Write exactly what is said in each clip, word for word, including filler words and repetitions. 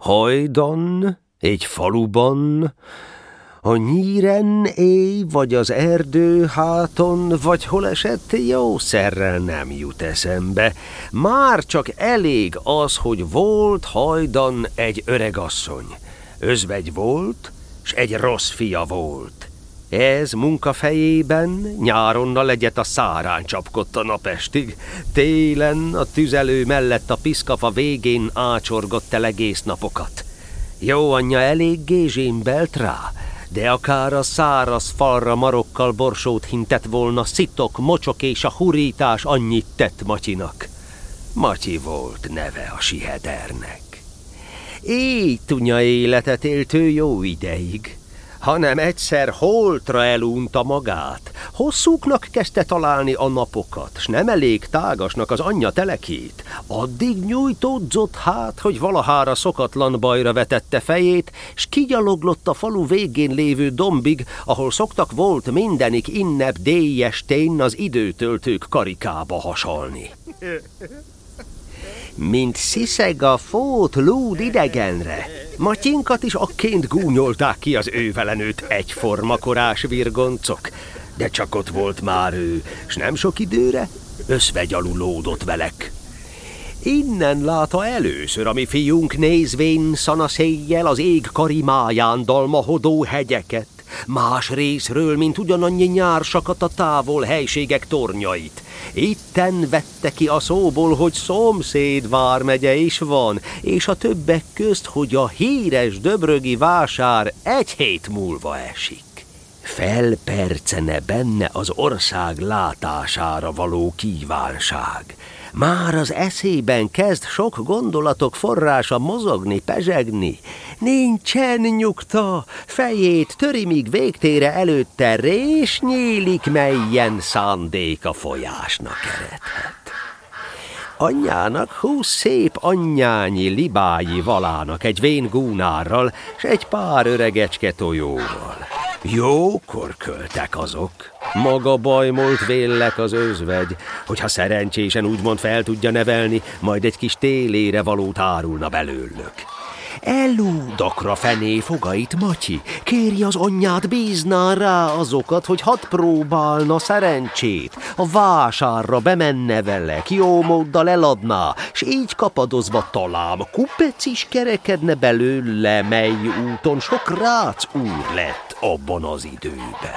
Hajdan, egy faluban, a nyíren éj, vagy az erdő háton, vagy hol esett, jószerrel nem jut eszembe. Már csak elég az, hogy volt hajdan egy öregasszony. Özvegy volt, s egy rossz fia volt. Ez munka fejében nyáron a legyet a szárán csapkodt a napestig, télen a tüzelő mellett a piszkafa végén ácsorgott el egész napokat. Jó anyja eléggé zsémbelt rá, de akár a száraz falra marokkal borsót hintett volna, szitok, mocsok és a hurítás annyit tett Matyinak. Matyi volt neve a sihedernek. Így tunya életet élt ő jó ideig, hanem egyszer holtra elunta magát. Hosszúknak kezdte találni a napokat, s nem elég tágasnak az anyja telekét. Addig nyújtódzott hát, hogy valahára szokatlan bajra vetette fejét, s kigyaloglott a falu végén lévő dombig, ahol szoktak volt mindenik innep délyestén az időtöltők karikába hasalni. Mint sziszeg a fót lúd idegenre, Matyinkat is akként gúnyolták ki az ővelenőt egyforma korás virgoncok, de csak ott volt már ő, s nem sok időre Özvegy alul lódott velek. Innen látta először a mi fiunk nézvén szanaszéjjel az ég karimáján dalmahodó hegyeket, más részről, mint ugyanannyi nyársakat a távol helységek tornyait. Itten vette ki a szóból, hogy szomszéd vármegye is van, és a többek közt, hogy a híres döbrögi vásár egy hét múlva esik. Felpercene benne az ország látására való kívánság. Már az eszében kezd sok gondolatok forrása mozogni, pezsegni. Nincsen nyugta, fejét töri, míg végtére előtte rés nyílik, melyen szándéka folyásnak eredhet. Anyjának húsz szép anyjányi libái valának egy vén gúnárral, s egy pár öregecske tojóval. Jókor költek azok. Maga bajmolt véllek az özvegy, hogyha szerencsésen úgymond fel tudja nevelni, majd egy kis télére valót árulna belőlük. Elúdakra fené fogait Matyi, kéri az anyját, bízná rá azokat, hogy hadd próbálna szerencsét, a vásárra bemenne velek, jó móddal eladná, s így kapadozva talán kupec is kerekedne belőle, mely úton sok rác úr lett abban az időben.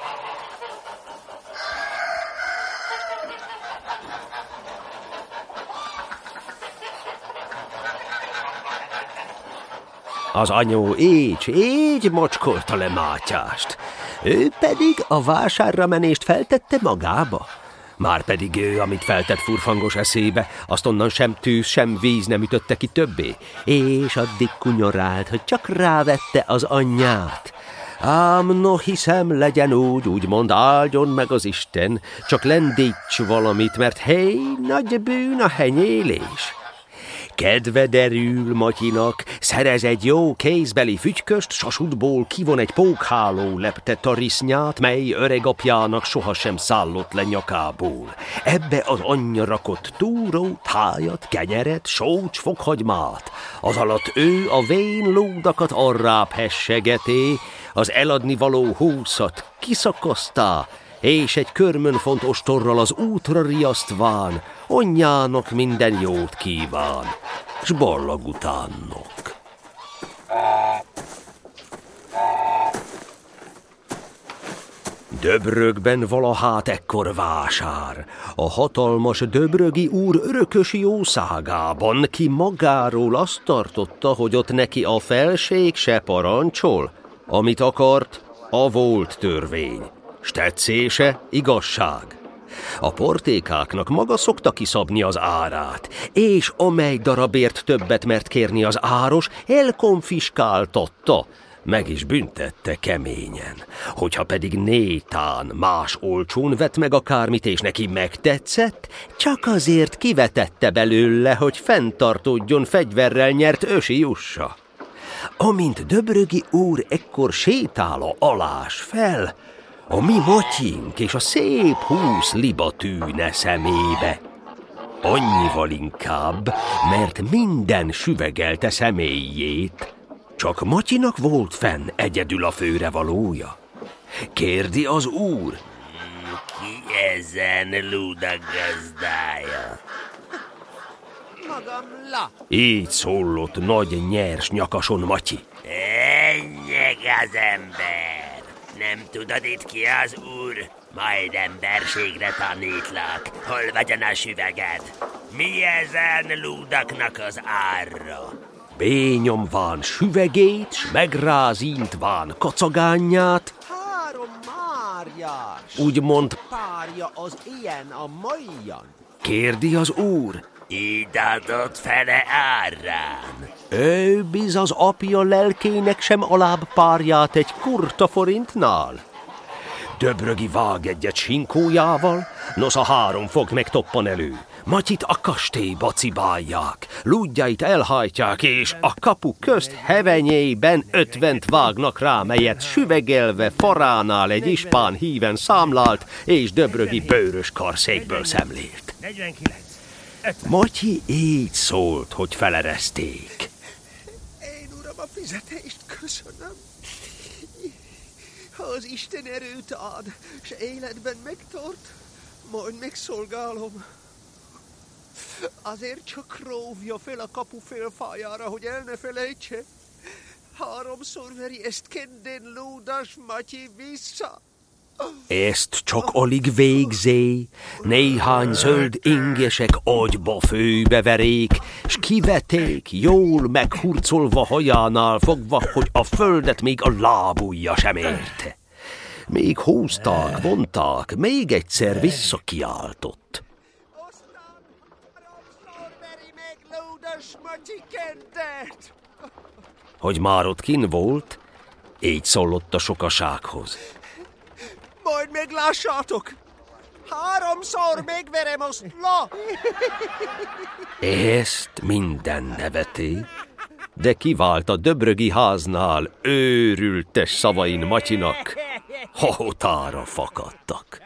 Az anyó így, így mocskolta le Mátyást. Ő pedig a vásárra menést feltette magába. Márpedig ő, amit feltett furfangos eszébe, azt onnan sem tűz, sem víz nem ütötte ki többé, és addig kunyorált, hogy csak rávette az anyját. Ám no hiszem, legyen úgy, úgymond áldjon meg az Isten, csak lendíts valamit, mert hely, nagy bűn a henyélés. Kedve derül Matyinak, szerez egy jó kézbeli fügyköst, sasudból kivon egy pókháló lepte tarisznyát, mely öregapjának sohasem szállott le nyakából. Ebbe az anyja rakott túrót, hájat, kenyeret, sócs, fokhagymát. Az alatt ő a vén lódakat arrább hessegeté, az eladni való húszat kiszakasztá, és egy körmönfont ostorral az útra riasztván, anyjának minden jót kíván, s ballag utánok. Döbrögben valahát ekkor vásár, a hatalmas döbrögi úr örökös jószágában, ki magáról azt tartotta, hogy ott neki a felség se parancsol, amit akart, a volt törvény, s tetszése igazság. A portékáknak maga szokta kiszabni az árát, és amely darabért többet mert kérni az áros, elkonfiskáltatta, meg is büntette keményen. Hogyha pedig nétán más olcsón vett meg akármit, és neki megtetszett, csak azért kivetette belőle, hogy fenntartódjon fegyverrel nyert ősi jussa. Amint Döbrögi úr ekkor sétál a alás fel, a mi Matyink és a szép húsz liba tűne szemébe. Annyival inkább, mert minden süvegelte személyét, csak Matyinak volt fenn egyedül a főrevalója. Kérdi az úr. Ki ezen ludak gazdája? Magam La. Így szólott nagy nyers nyakason Matyi. Ennyeg az ember. Nem tudod itt ki az úr? Majd emberségre tanítlak. Hol vagyon a süveged? Mi ezen ludaknak az ára? Bényomván süvegét, s megrázintván kacagányát, Három márjás. úgymond Párja az ilyen a maian. kérdi az úr. Így adott fele árrán. Ő biz az apja lelkének sem alább párját egy kurta forintnál. Döbrögi vág egyet sinkójával, nos a három fog megtoppan elő. Matyit a kastélyba cibálják, lúdjait elhajtják, és a kapu közt hevenyében ötvent vágnak rá, melyet süvegelve faránál egy ispán híven számlált, és Döbrögi bőrös karszékből szemlélt. Matyi így szólt, hogy felereszték. Én uram a fizetést köszönöm. Ha az Isten erőt ad, s életben megtart, majd megszolgálom. Azért csak róvja fel a kapu félfájára, hogy el ne felejtse. Háromszor veri ezt kedden lúdas Matyi vissza. Ezt csak alig végzé, néhány zöld ingesek agyba főbe verék, s kiveték, jól meghurcolva hajánál fogva, hogy a földet még a lábujja sem érte. Még húzták, vonták, még egyszer visszakiáltott. Aztán háromszor veri meg lúdas Matyi keddet. Hogy már ott kin volt, így szólott a sokasághoz. Majd meglássátok. Háromszor megverem azt, La. Ezt minden neveté, de kivált a Döbrögi háznál őrültes szavain Matyinak, hahotára fakadtak.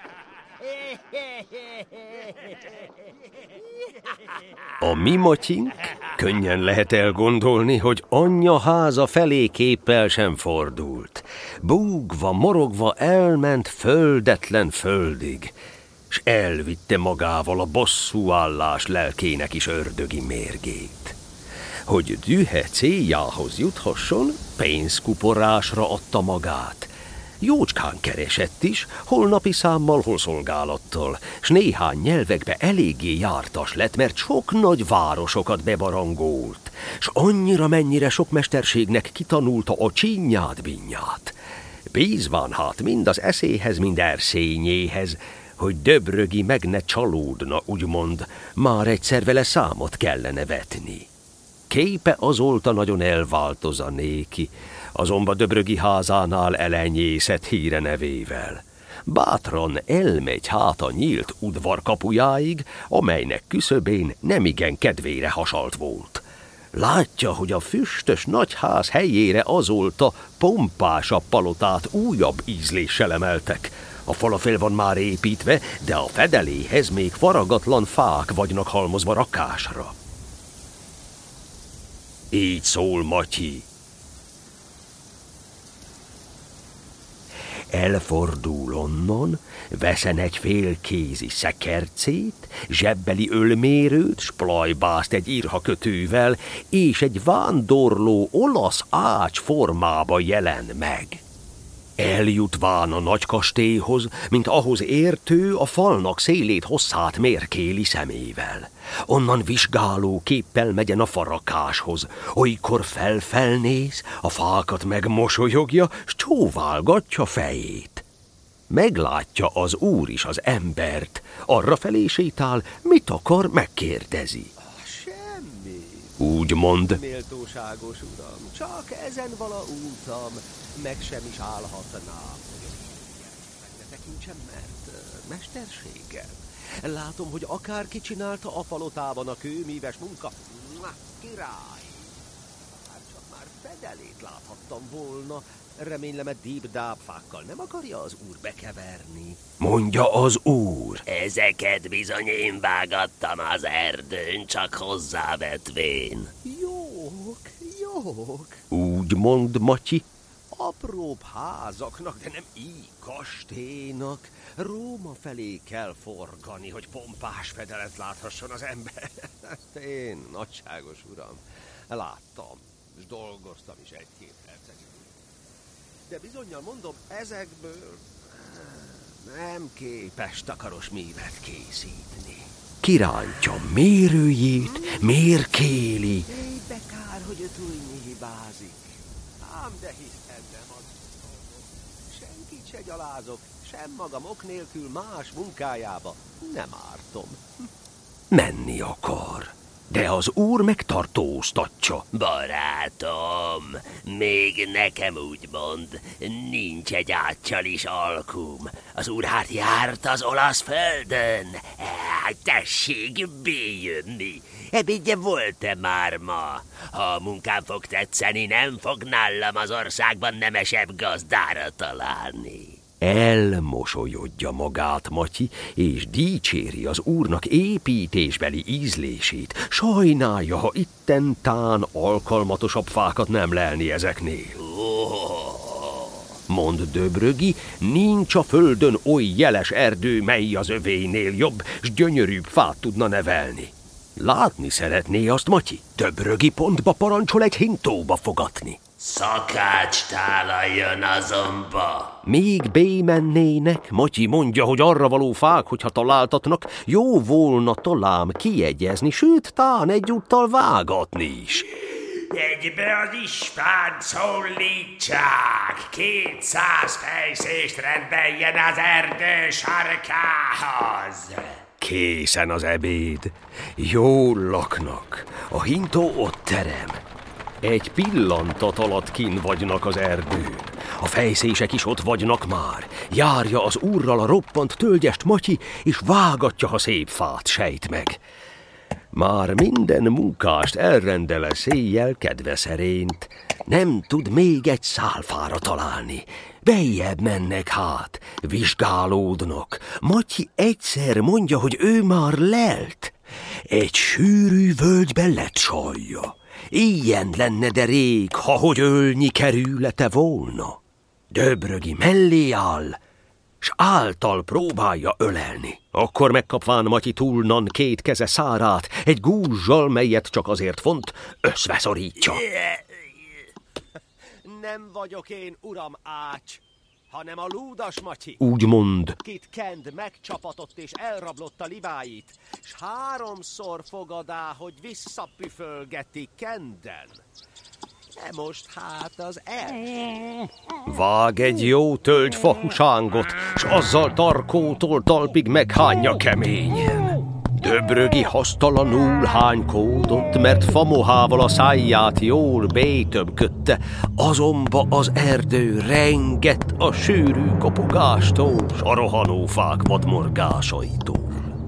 A mi Matyink könnyen lehet elgondolni, hogy anyja háza felé képpel sem fordult. Búgva, morogva elment földetlen földig, s elvitte magával a bosszúállás lelkének is ördögi mérgét. Hogy dühe céljához juthasson, pénzkuporásra adta magát. Jócskán keresett is, hol napi számmal, hol szolgálattal, s néhány nyelvekbe eléggé jártas lett, mert sok nagy városokat bebarangolt, s annyira mennyire sok mesterségnek kitanulta a csínyát, binnyát. Bízván hát mind az eszéhez, mind erszényéhez, hogy Döbrögi meg ne csalódna, úgymond, már egyszer vele számot kellene vetni. Képe azóta nagyon elváltoza néki, azonban Döbrögi házánál elenyészett híre nevével. Bátran elmegy hát a nyílt udvar kapujáig, amelynek küszöbén nemigen kedvére hasalt volt. Látja, hogy a füstös nagyház helyére azóta pompásabb palotát újabb ízléssel emeltek. A fala fel van már építve, de a fedeléhez még faragatlan fák vagynak halmozva rakásra. Így szól Matyi. Elfordul onnan, veszen egy félkézi szekercét, zsebbeli ölmérőt, s plajbászt egy irhakötővel, és egy vándorló olasz ács formába jelen meg. Eljutván a nagy kastélyhoz, mint ahhoz értő, a falnak szélét hosszát mérkéli szemével. Onnan vizsgáló képpel megyen a farakáshoz, olykor felfelnéz, a fákat megmosolyogja, s csóválgatja fejét. Meglátja az úr is az embert, arra felé sétál, mit akar, megkérdezi. Semmi. Úgy mond. Méltóságos uram, csak ezen vala útam, meg sem is állhatnám, hogy az ilyen tekintsem, mert uh, mesterséggel. Látom, hogy akárki csinálta a palotában a kőmíves munka. Mua, király! Hát csak már fedelét láthattam volna, Remélem, egy díp-dáp fákkal nem akarja az úr bekeverni. Mondja az úr. Ezeket bizony én vágattam az erdőn, csak hozzávetvén. Jók, jók. Úgy mond, Matyi. Apróbb házaknak, de nem így kastélynak. Róma felé kell forgani, hogy pompás fedelet láthasson az ember. Én, nagyságos uram, láttam, és dolgoztam is egy-két percig. De bizonnyal mondom, ezekből nem képes takaros mévet készíteni. Kirántja mérőjét, mérkéli. Éjbe kár, hogy ötújnyi hibázik. Ám de hiszen nem az dolgok. Senkit se gyalázok, sem magam ok nélkül más munkájába nem ártom. Menni akar, de az úr megtartóztatja. Barátom, még nekem úgy mond, nincs egy áccsal is alkum. Az úr hát járt az olasz földön. Hát tessék bejönni. Ebédje volt-e már ma? Ha a munkám fog tetszeni, nem fog nálam az országban nemesebb gazdára találni. Elmosolyodja magát Matyi, és dicséri az úrnak építésbeli ízlését. Sajnálja, ha ittentán alkalmatosabb fákat nem lelni ezeknél. Mond Döbrögi, nincs a földön oly jeles erdő, mely az övénél jobb, s gyönyörűbb fát tudna nevelni. Látni szeretné azt Matyi? Döbrögi pontba parancsol egy hintóba fogatni. Szakács tálaljon azonba. Még bémennének, Matyi mondja, hogy arra való fák, hogyha találtatnak, jó volna talán kiegyezni, sőt, tán egyúttal vágatni is. Egybe az ispánt szólítsák, kétszáz fejszést rendeljen az erdő sarkához. Készen az ebéd. Jól laknak. A hintó ott terem. Egy pillantat alatt kin vagynak az erdőn. A fejszések is ott vagynak már. Járja az úrral a roppant tölgyest Matyi, és vágatja, ha szép fát sejt meg. Már minden munkást elrendele széjjel kedve szerényt. Nem tud még egy szálfára találni. Bejjebb mennek hát, vizsgálódnak. Matyi egyszer mondja, hogy ő már lelt. Egy sűrű völgyben lett salja. Ilyen lenne de rég, ha hogy ölnyi kerülete volna. Döbrögi mellé áll, s által próbálja ölelni. Akkor megkapván Matyi túlnan két keze szárát, egy gúzsal, melyet csak azért font, összveszorítja. Nem vagyok én, uram Ács, hanem a lúdas Matyi. Úgy mond. Kit Kend megcsapatott és elrablott a libáit, s háromszor fogadá, hogy visszapüfölgeti Kenden. De most hát az el. Vág egy jó tölgyfa husángot, s azzal tarkótól talpig meghányja keményen. Döbrögi hasztalanul hánykódott, mert famohával a szájját jól bétömködte, azonba az erdő rengett a sűrű kopogástól, s a rohanó fák vadmorgásaitól.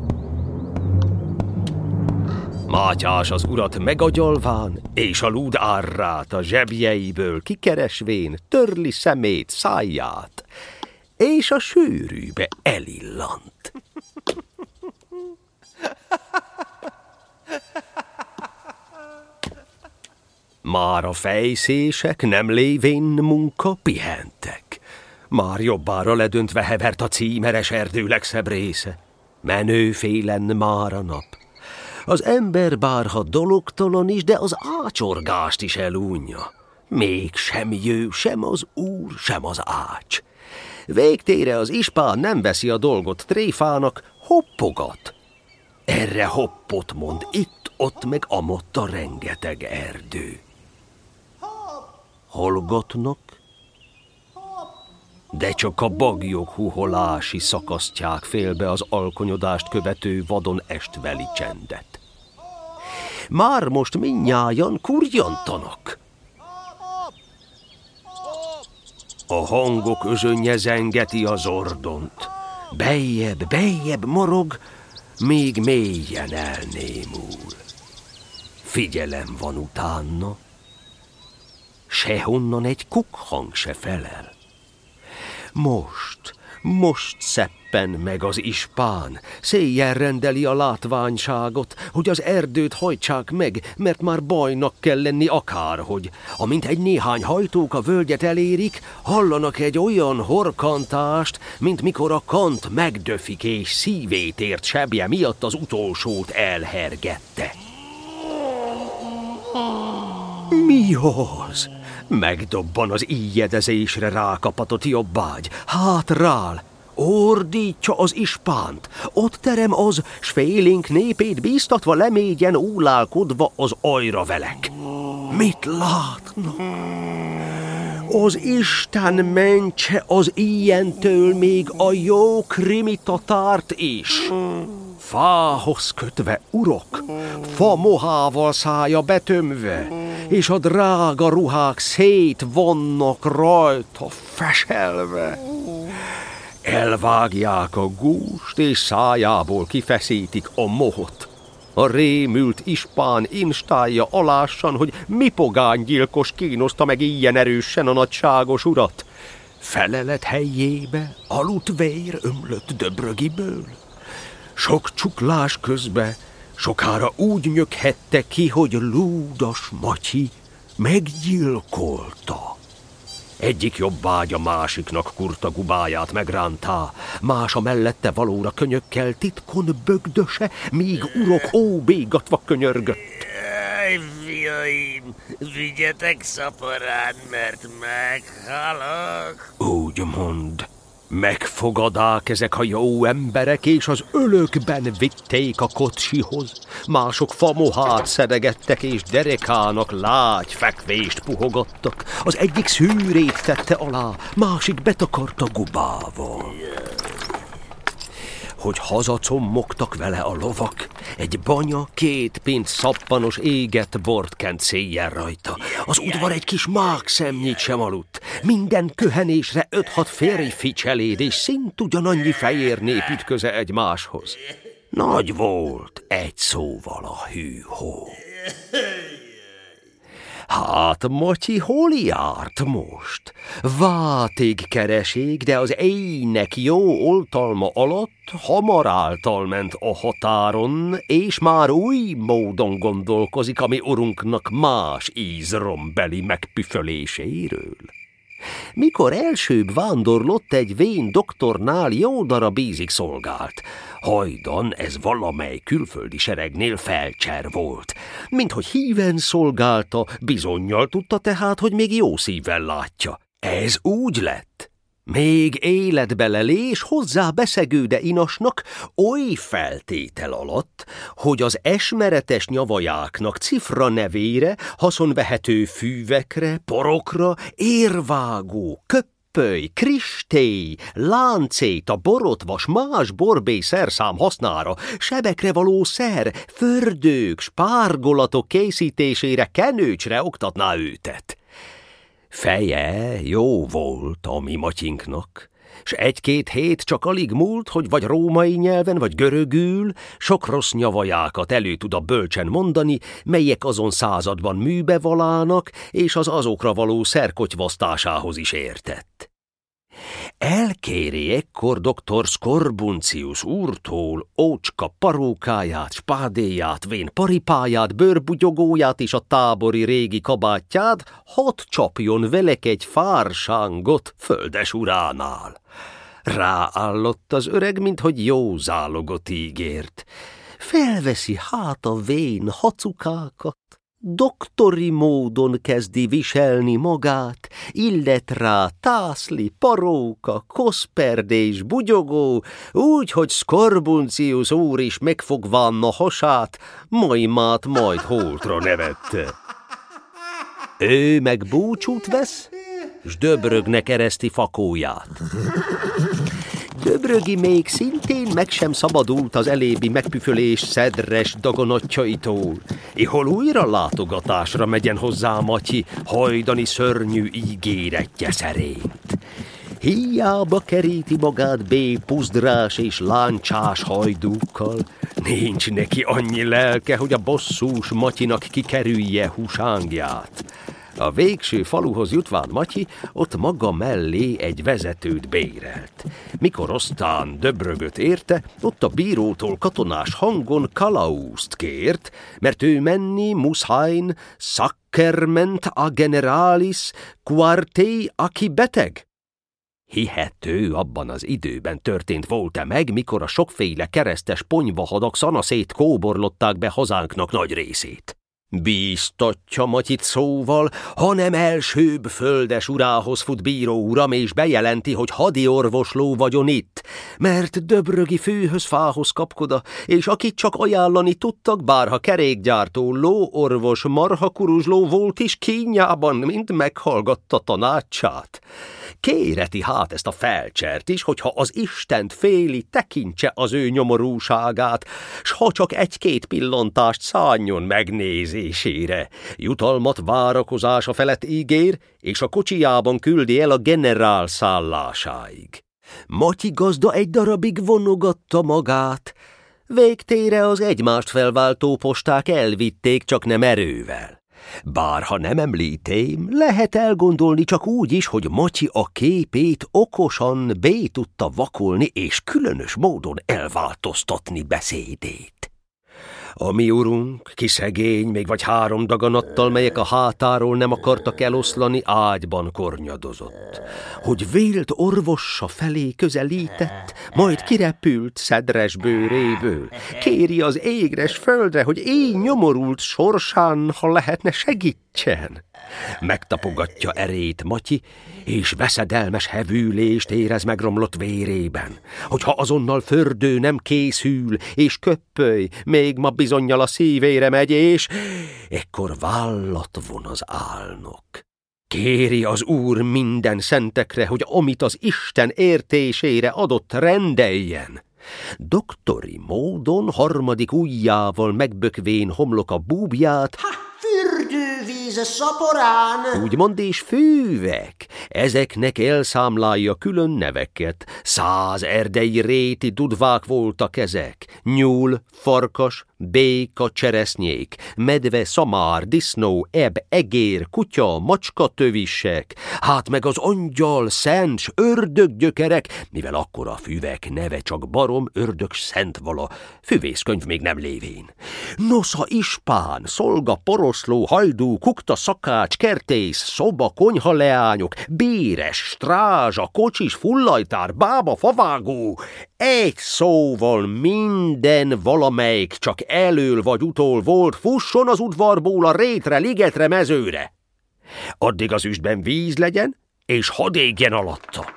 Mátyás az urat megagyalván, és a lúd árrát a zsebjeiből kikeresvén törli szemét, száját, és a sűrűbe elillant. Már a fejszések nem lévén munka pihentek. Már jobbára ledöntve hevert a címeres erdő legszebb része. Menőfélen már a nap. Az ember bárha dologtalan is, de az ácsorgást is elunja. Még sem jő sem az úr, sem az ács. Végtére az ispán nem veszi a dolgot tréfának, hoppogat. Erre hoppot mond itt-ott meg amott a rengeteg erdő. Hallgatnak, de csak a bagyok huholási szakasztják félbe az alkonyodást követő vadon estveli csendet. Már most mindnyájan kurjantanak. A hangok özönje zengeti az ordont. Bejjebb, bejjebb morog, még mélyen elnémul. Figyelem van utána. S sehonnan egy kukhang se felel. Most, most szeppen meg az ispán, széjjel rendeli a látványságot, hogy az erdőt hajtsák meg, mert már bajnak kell lenni akárhogy. Amint egy néhány hajtók a völgyet elérik, hallanak egy olyan horkantást, mint mikor a kant megdöfik és szívét ért sebje miatt az utolsót elhergette. Mi az? Megdobban az íjedezésre rákapatott jobbágy, hátrál, ordítja az ispánt, ott terem az, s félénk népét bíztatva lemégyen úlálkodva az ajravelek. Mit látnak? Az Isten mentse az ilyentől még a jó krimitatárt is. Fához kötve urok, fa mohával szája betömve, és a drága ruhák szétvonnak rajta feselve. Elvágják a gúst, és szájából kifeszítik a mohot. A rémült ispán instálja alássan, hogy mi pogánygyilkos kínoszta meg ilyen erősen a nagyságos urat. Felelet helyébe aludt vér ömlött Döbrögiből. Sok csuklás közbe sokára úgy nyöghette ki, hogy Lúdas Matyi meggyilkolta. Egyik jobbágy a másiknak kurta gubáját megrántá, más a mellette valóra könyökkel titkon bögdöse, míg urok óbégatva könyörgött. Jaj, fiaim, vigyetek szaporán, mert meghalok. Úgy mond, megfogadák ezek a jó emberek, és az ölökben vitték a kocsihoz. Mások famohát szedegettek, és derekának lágy fekvést puhogattak. Az egyik szűrét tette alá, másik betakarta gubával. Hogy hazacommogtak vele a lovak, egy banya két pint szappanos égett bort kent széjjel rajta. Az udvar egy kis mákszemnyit sem aludt. Minden köhenésre öt-hat férfi cseléd, és szint ugyanannyi fehér nép ütköze egymáshoz. Nagy volt egy szóval a hű-hó. Hát, Matyi, hol járt most? Vátig kereség, de az éjnek jó oltalma alatt hamar által ment a határon, és már új módon gondolkozik, ami urunknak más ízrombeli megpüföléséről. Mikor elsőbb vándorlott, egy vén doktornál jó darab ízig szolgált. Hajdan ez valamely külföldi seregnél felcser volt. Minthogy híven szolgálta, bizonnyal tudta tehát, hogy még jó szívvel látja. Ez úgy lett. Még életbe lelé, és hozzá beszegőde inasnak oly feltétel alatt, hogy az esmeretes nyavajáknak cifra nevére, haszonvehető fűvekre, porokra, érvágó, köppöly, kristély, láncét, a borotvas, más borbély szerszám hasznára, sebekre való szer, fördők, spárgolatok készítésére, kenőcsre oktatná őtet. Feje jó volt a mi Matyinknak, s egy-két hét csak alig múlt, hogy vagy római nyelven, vagy görögül sok rossz nyavajákat elő tud a bölcsen mondani, melyek azon században műbe valának, és az azokra való szerkotyvasztásához is értett. Elkéri ekkor doktor Scorbuncius úrtól ócska parókáját, spádéját, vén paripáját, bőrbugyogóját és a tábori régi kabátját, hadd csapjon velek egy fársángot földes uránál. Ráállott az öreg, minthogy jó zálogot ígért. Felveszi hát a vén hacukákat, doktori módon kezdi viselni magát, illet rá tászli, paróka, koszperdés, bugyogó, úgy, hogy Scorbuncius úr is megfogván a hasát, majmát majd holtra nevette. Ő meg búcsút vesz, s Döbrögnek ereszti fakóját. Döbrögi még szintén meg sem szabadult az elébi megpüfölés szedres daganatjaitól. Ihol újra látogatásra megyen hozzá Matyi hajdani szörnyű ígéretje szerint. Hiába keríti magát bé puzdrás és láncsás hajdúkkal, nincs neki annyi lelke, hogy a bosszús Matyinak kikerülje húsángját. A végső faluhoz jutván Matyi ott maga mellé egy vezetőt bérelt. Mikor aztán Döbrögöt érte, ott a bírótól katonás hangon kalauzt kért, mert ő menni muszájn szakkerment a generalis quartei, aki beteg. Hihető abban az időben történt volt-e meg, mikor a sokféle keresztes ponyvahadak szanaszét kóborlották be hazánknak nagy részét. Bíztatja Matyit szóval, hanem elsőbb földes urához fut bíró uram, és bejelenti, hogy hadiorvosló vagyon itt, mert döbrögi főhöz fához kapkoda, és akit csak ajánlani tudtak, bárha kerékgyártó lóorvos marhakuruzsló volt is kínjában, mint meghallgatta tanácsát. Kéreti hát ezt a felcsert is, hogyha az Istent féli, tekintse az ő nyomorúságát, s ha csak egy-két pillantást szálljon megnézésére. Jutalmat várakozása felett ígér, és a kocsijában küldi el a generál szállásáig. Matyi gazda egy darabig vonogatta magát. Végtére az egymást felváltó posták elvitték, csak nem erővel. Bárha nem említém, lehet elgondolni csak úgy is, hogy Matyi a képét okosan bé tudta vakolni és különös módon elváltoztatni beszédét. A mi urunk, ki szegény, még vagy három daganattal, melyek a hátáról nem akartak eloszlani, ágyban kornyadozott. Hogy vélt orvossa felé közelített, majd kirepült szedres bőréből. Kéri az égres földre, hogy én nyomorult sorsán, ha lehetne, segítsen. Megtapogatja erét Matyi, és veszedelmes hevülést érez megromlott vérében. Hogyha azonnal fördő nem készül, és köppöly, még ma bizonnyal a szívére megy, és ekkor vállat von az álnok. Kéri az Úr minden szentekre, hogy amit az Isten értésére adott, rendeljen. Doktori módon harmadik ujjával megbökvén homlok a búbját, ha, fürdővíz szaporán, úgymond és fűvek, ezeknek elszámlálja külön neveket. Száz erdei réti dudvák voltak ezek, nyúl, farkas, béka, cseresznyék, medve, szamár, disznó, eb, egér, kutya, macska tövisek, hát meg az angyal, szent, s ördöggyökerek, mivel akkor a füvek neve csak barom, ördög, szent vala, füvészkönyv még nem lévén. Nosza, ispán, szolga, poroszló, hajdú, kukta, szakács, kertész, szoba, konyha leányok, béres, strázsa, kocsis, fullajtár, bába, favágó, egy szóval minden valamelyik csak elől vagy utól volt, fusson az udvarból a rétre, ligetre, mezőre. Addig az üstben víz legyen, és hadd égjen alatta.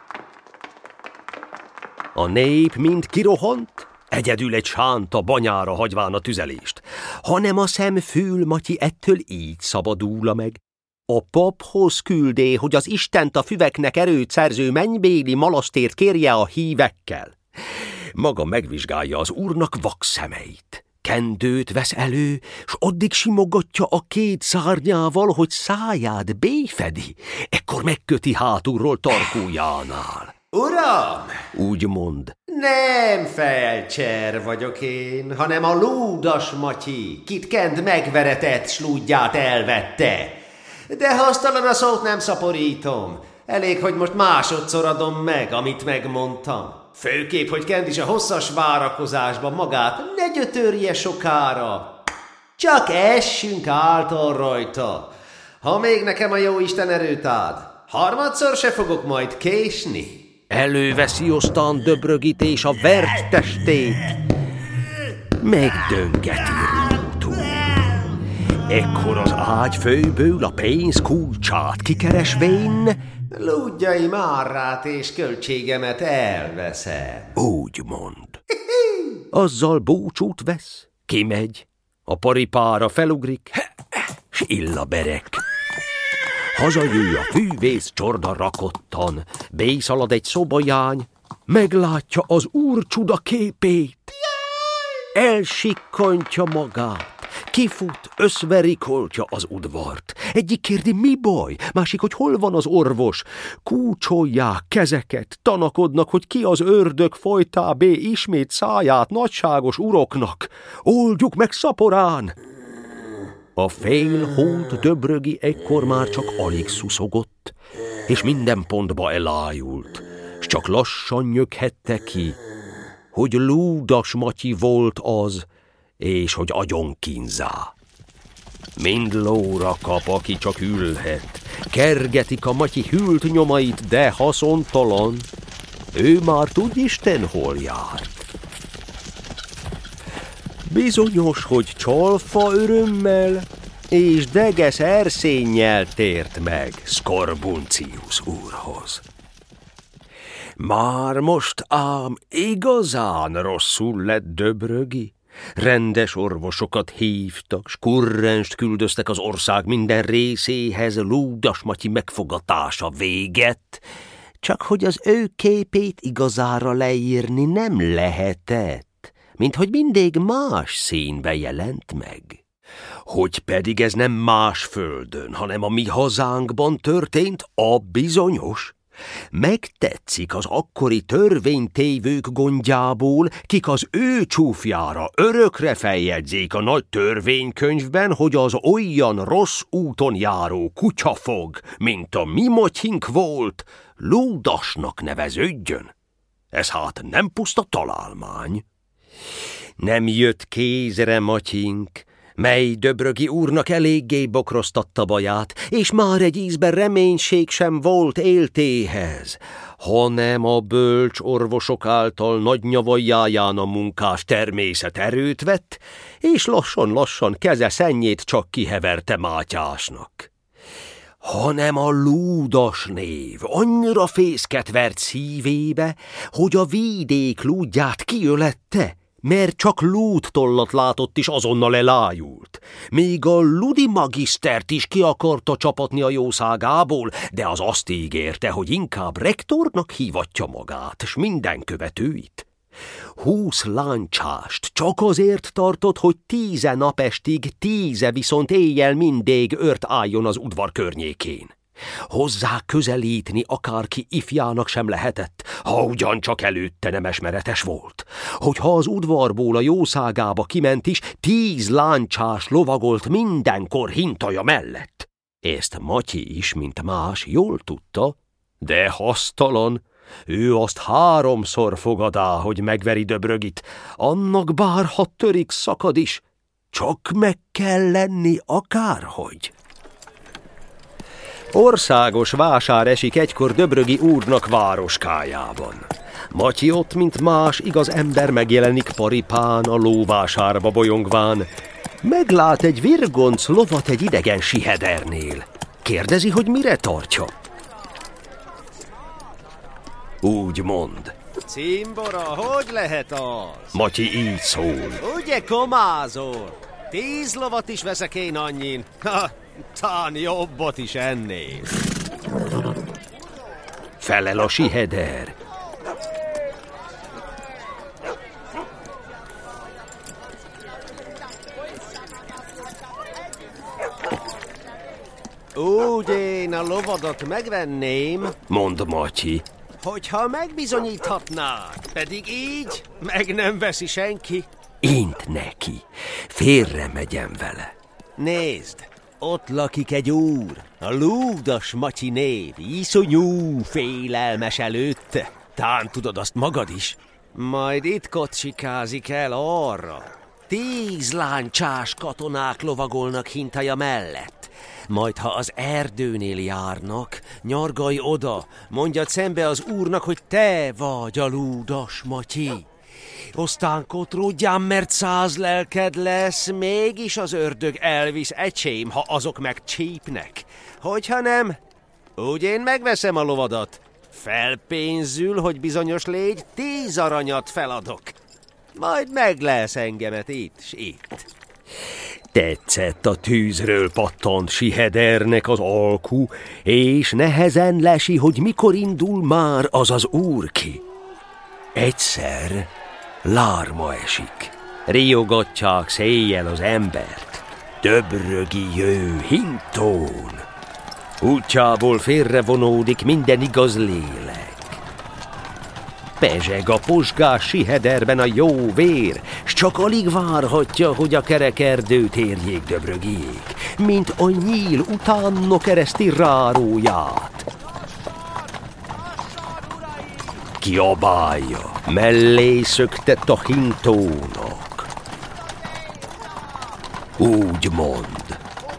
A nép mind kirohant, egyedül egy sánta banyára hagyván a tüzelést, hanem a szemfül Matyi ettől így szabadul meg. A paphoz küldé, hogy az Istent a füveknek erőt szerző mennybéli malasztért kérje a hívekkel. Maga megvizsgálja az Úrnak vakszemeit. Kendőt vesz elő, s addig simogatja a két szárnyával, hogy száját béfedi. Ekkor megköti hátulról tarkójánál. Uram! Úgy mond. Nem felcser vagyok én, hanem a lúdas Matyi, kit Kend megveretett, s lúdját elvette. De hasztalan a szót nem szaporítom. Elég, hogy most másodszor adom meg, amit megmondtam. Főképp, hogy Kend is a hosszas várakozásban magát ne gyötörje sokára. Csak essünk által rajta. Ha még nekem a jó Isten erőt ad, harmadszor se fogok majd késni. Előveszi aztán Döbrögit és a vert testét. Megdöngeti rútul. Ekkor az ágy főből a pénz kulcsát kikeresvén, lúdjaim árrát és költségemet elveszem. Úgy mond. Azzal búcsút vesz, kimegy, a paripára felugrik, s illaberek. Hazajöjj a fűvész csorda rakottan, bészalad egy szobajány, meglátja az Úr csuda képét. Elsikkantja magát, kifut, összverikoltja az udvart. Egyik kérdi, mi baj, másik, hogy hol van az orvos. Kúcsolják kezeket, tanakodnak, hogy ki az ördög folytábbé ismét száját nagyságos uroknak. Oldjuk meg szaporán! A félholt Döbrögi ekkor már csak alig szuszogott, és minden pontba elájult, s csak lassan nyöghette ki, hogy Lúdas Matyi volt az, és hogy agyonkínzá. Mind lóra kap, aki csak ülhet, kergetik a Matyi hűlt nyomait, de haszontalan. Ő már tud Isten hol járt. Bizonyos, hogy csalfa örömmel és deges erszénnyel tért meg Scorbuncius úrhoz. Már most ám igazán rosszul lett Döbrögi. Rendes orvosokat hívtak, s kurrenst küldöztek az ország minden részéhez, Lúdas Matyi megfogatása véget, csak hogy az ő képét igazára leírni nem lehetett, minthogy mindig más színbe jelent meg. Hogy pedig ez nem más földön, hanem a mi hazánkban történt, a bizonyos. Megtetszik az akkori törvénytévők gondjából, kik az ő csúfjára örökre feljegyzik a nagy törvénykönyvben, hogy az olyan rossz úton járó kutyafog, mint a mi Matyink volt, Lúdasnak neveződjön. Ez hát nem puszta találmány. Nem jött kézre Matyink, mely Döbrögi úrnak eléggé bokroztatta baját, és már egy ízben reménység sem volt éltéhez, hanem a bölcs orvosok által nagy nyavajjáján a munkás természet erőt vett, és lassan-lassan keze szennyét csak kiheverte Mátyásnak. Hanem a Lúdas név annyira fészket vert szívébe, hogy a vidék lúdját kiölette, mert csak lúdtollat látott is azonnal elájult. Még a ludi magisztert is ki akarta csapatni a jószágából, de az azt ígérte, hogy inkább rektornak hívatja magát, s minden követőit. Húsz láncsást csak azért tartott, hogy tíze napestig, tíze viszont éjjel mindig ört álljon az udvar környékén. Hozzá közelítni akárki ifjának sem lehetett, ha ugyancsak előtte nem esmeretes volt. Hogyha az udvarból a jószágába kiment is, tíz láncsás lovagolt mindenkor hintaja mellett. Ezt Matyi is, mint más, jól tudta, de hasztalan. Ő azt háromszor fogadá, hogy megveri Döbrögit, annak bárha törik szakad is, csak meg kell lenni akárhogy. Országos vásár esik egykor Döbrögi úrnak városkájában. Matyi ott, mint más igaz ember megjelenik paripán, a lóvásárba bolyongván. Meglát egy virgonc lovat egy idegen sihedernél. Kérdezi, hogy mire tartja. Úgy mond. Cimbora, hogy lehet az? Matyi így szól. Ugye komázol? Tíz lovat is veszek én annyin. Ha, tán jobbat is ennél. Felel a siheder. Úgy én a lovadat megvenném, mond Matyi, hogyha megbizonyíthatnád, pedig így meg nem veszi senki. Int neki, félre megyem vele. Nézd, ott lakik egy úr, a Lúdas Matyi név, iszonyú félelmes előtte. Tán tudod azt magad is. Majd itt kocsikázik el arra. Tíz láncsás katonák lovagolnak hintaja mellett. Majd, ha az erdőnél járnak, nyargalj oda, mondjad szembe az úrnak, hogy te vagy a Lúdas Matyi. Aztán kotródjám, mert száz lelked lesz, mégis az ördög elvisz egysém, ha azok megcsípnek. Hogyha nem, úgy én megveszem a lovadat. Felpénzül, hogy bizonyos légy, tíz aranyat feladok. Majd meglelsz engemet itt s itt. Tetszett a tűzről pattant sihedernek az alkú, és nehezen lesi, hogy mikor indul már az az úr ki. Egyszer lárma esik. Riogatják széjjel az embert. Döbrögi jő hintón. Útjából félrevonódik minden igaz lélek. Pezseg a posgási hederben a jó vér, s csak alig várhatja, hogy a kerekerdőt érjék Döbrögiék, mint a nyíl utánno kereszti ráróját. Kiabálja, mellé szöktett a hintónak. Úgy mond.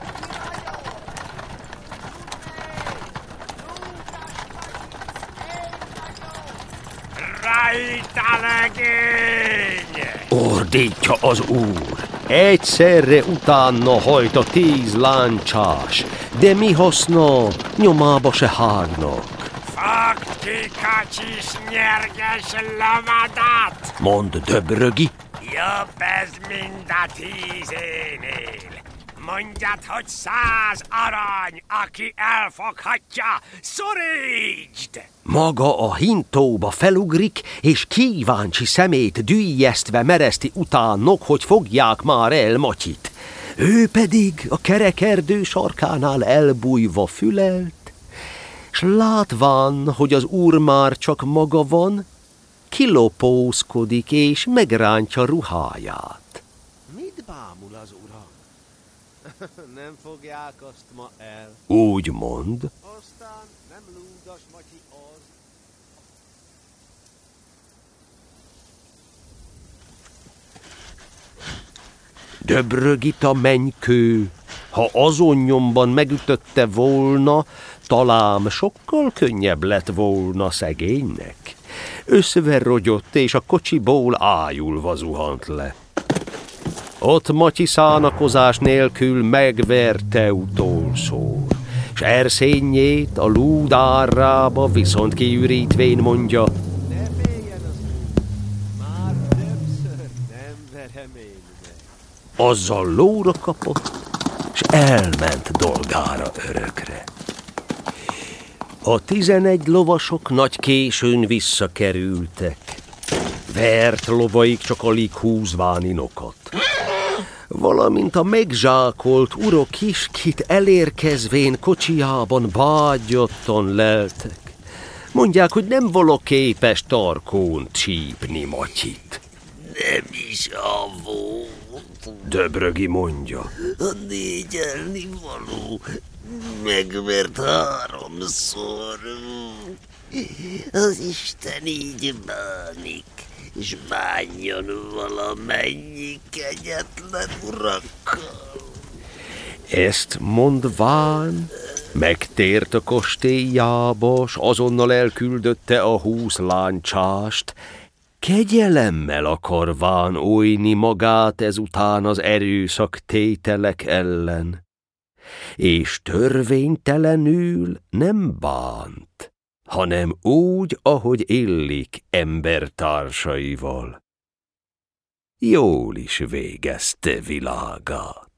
Rajta legény! Ordítja az úr. Egyszerre utána hajt a tíz láncsás, de mi haszna, nyomába se hágnak. Fogd ki, kacsis, nyerges lovadat! Mond Döbrögi. Jobb ez, mint a tízénél. Mondjad, hogy száz arany, aki elfoghatja, szorítsd! Maga a hintóba felugrik, és kíváncsi szemét dűjjesztve mereszti utánok, hogy fogják már el Matyit. Ő pedig a kerekerdő sarkánál elbújva fülelt, s látván, hogy az úr már csak maga van, kilopózkodik és megrántja ruháját. Mit bámul az uram? Nem fogják azt ma el. Úgy mond. Aztán nem lúdas Matyi az. Döbrögit a mennykő, ha azon nyomban megütötte volna, talán sokkal könnyebb lett volna szegénynek. Összeverrogyott, és a kocsiból ájulva zuhant le. Ott Matyi szánakozás nélkül megverte utolszor, s erszényét a lúdárrába viszont kiürítvén mondja: Ne féljen az úr, már többször nem verem én meg. Azzal lóra kapott, s elment dolgára örökre. A tizenegy lovasok nagy későn visszakerültek. Vert lovaik csak alig húzván inokat. Valamint a megzsákolt urok is, kit elérkezvén kocsiában bágyottan leltek. Mondják, hogy nem vala képes tarkón csípni Matyit. Nem is avó. Döbrögi mondja. A négyelni való megvert háromszor. Az Isten így bánik, és bánjon valamennyi kegyetlen urakkal. Ezt mondván megtért a kastélyába, s azonnal elküldötte a húsz láncsást, kegyelemmel akarván olyni magát ezután az erőszak tételek ellen, és törvénytelenül nem bánt, hanem úgy, ahogy illik embertársaival. Jól is végezte világát.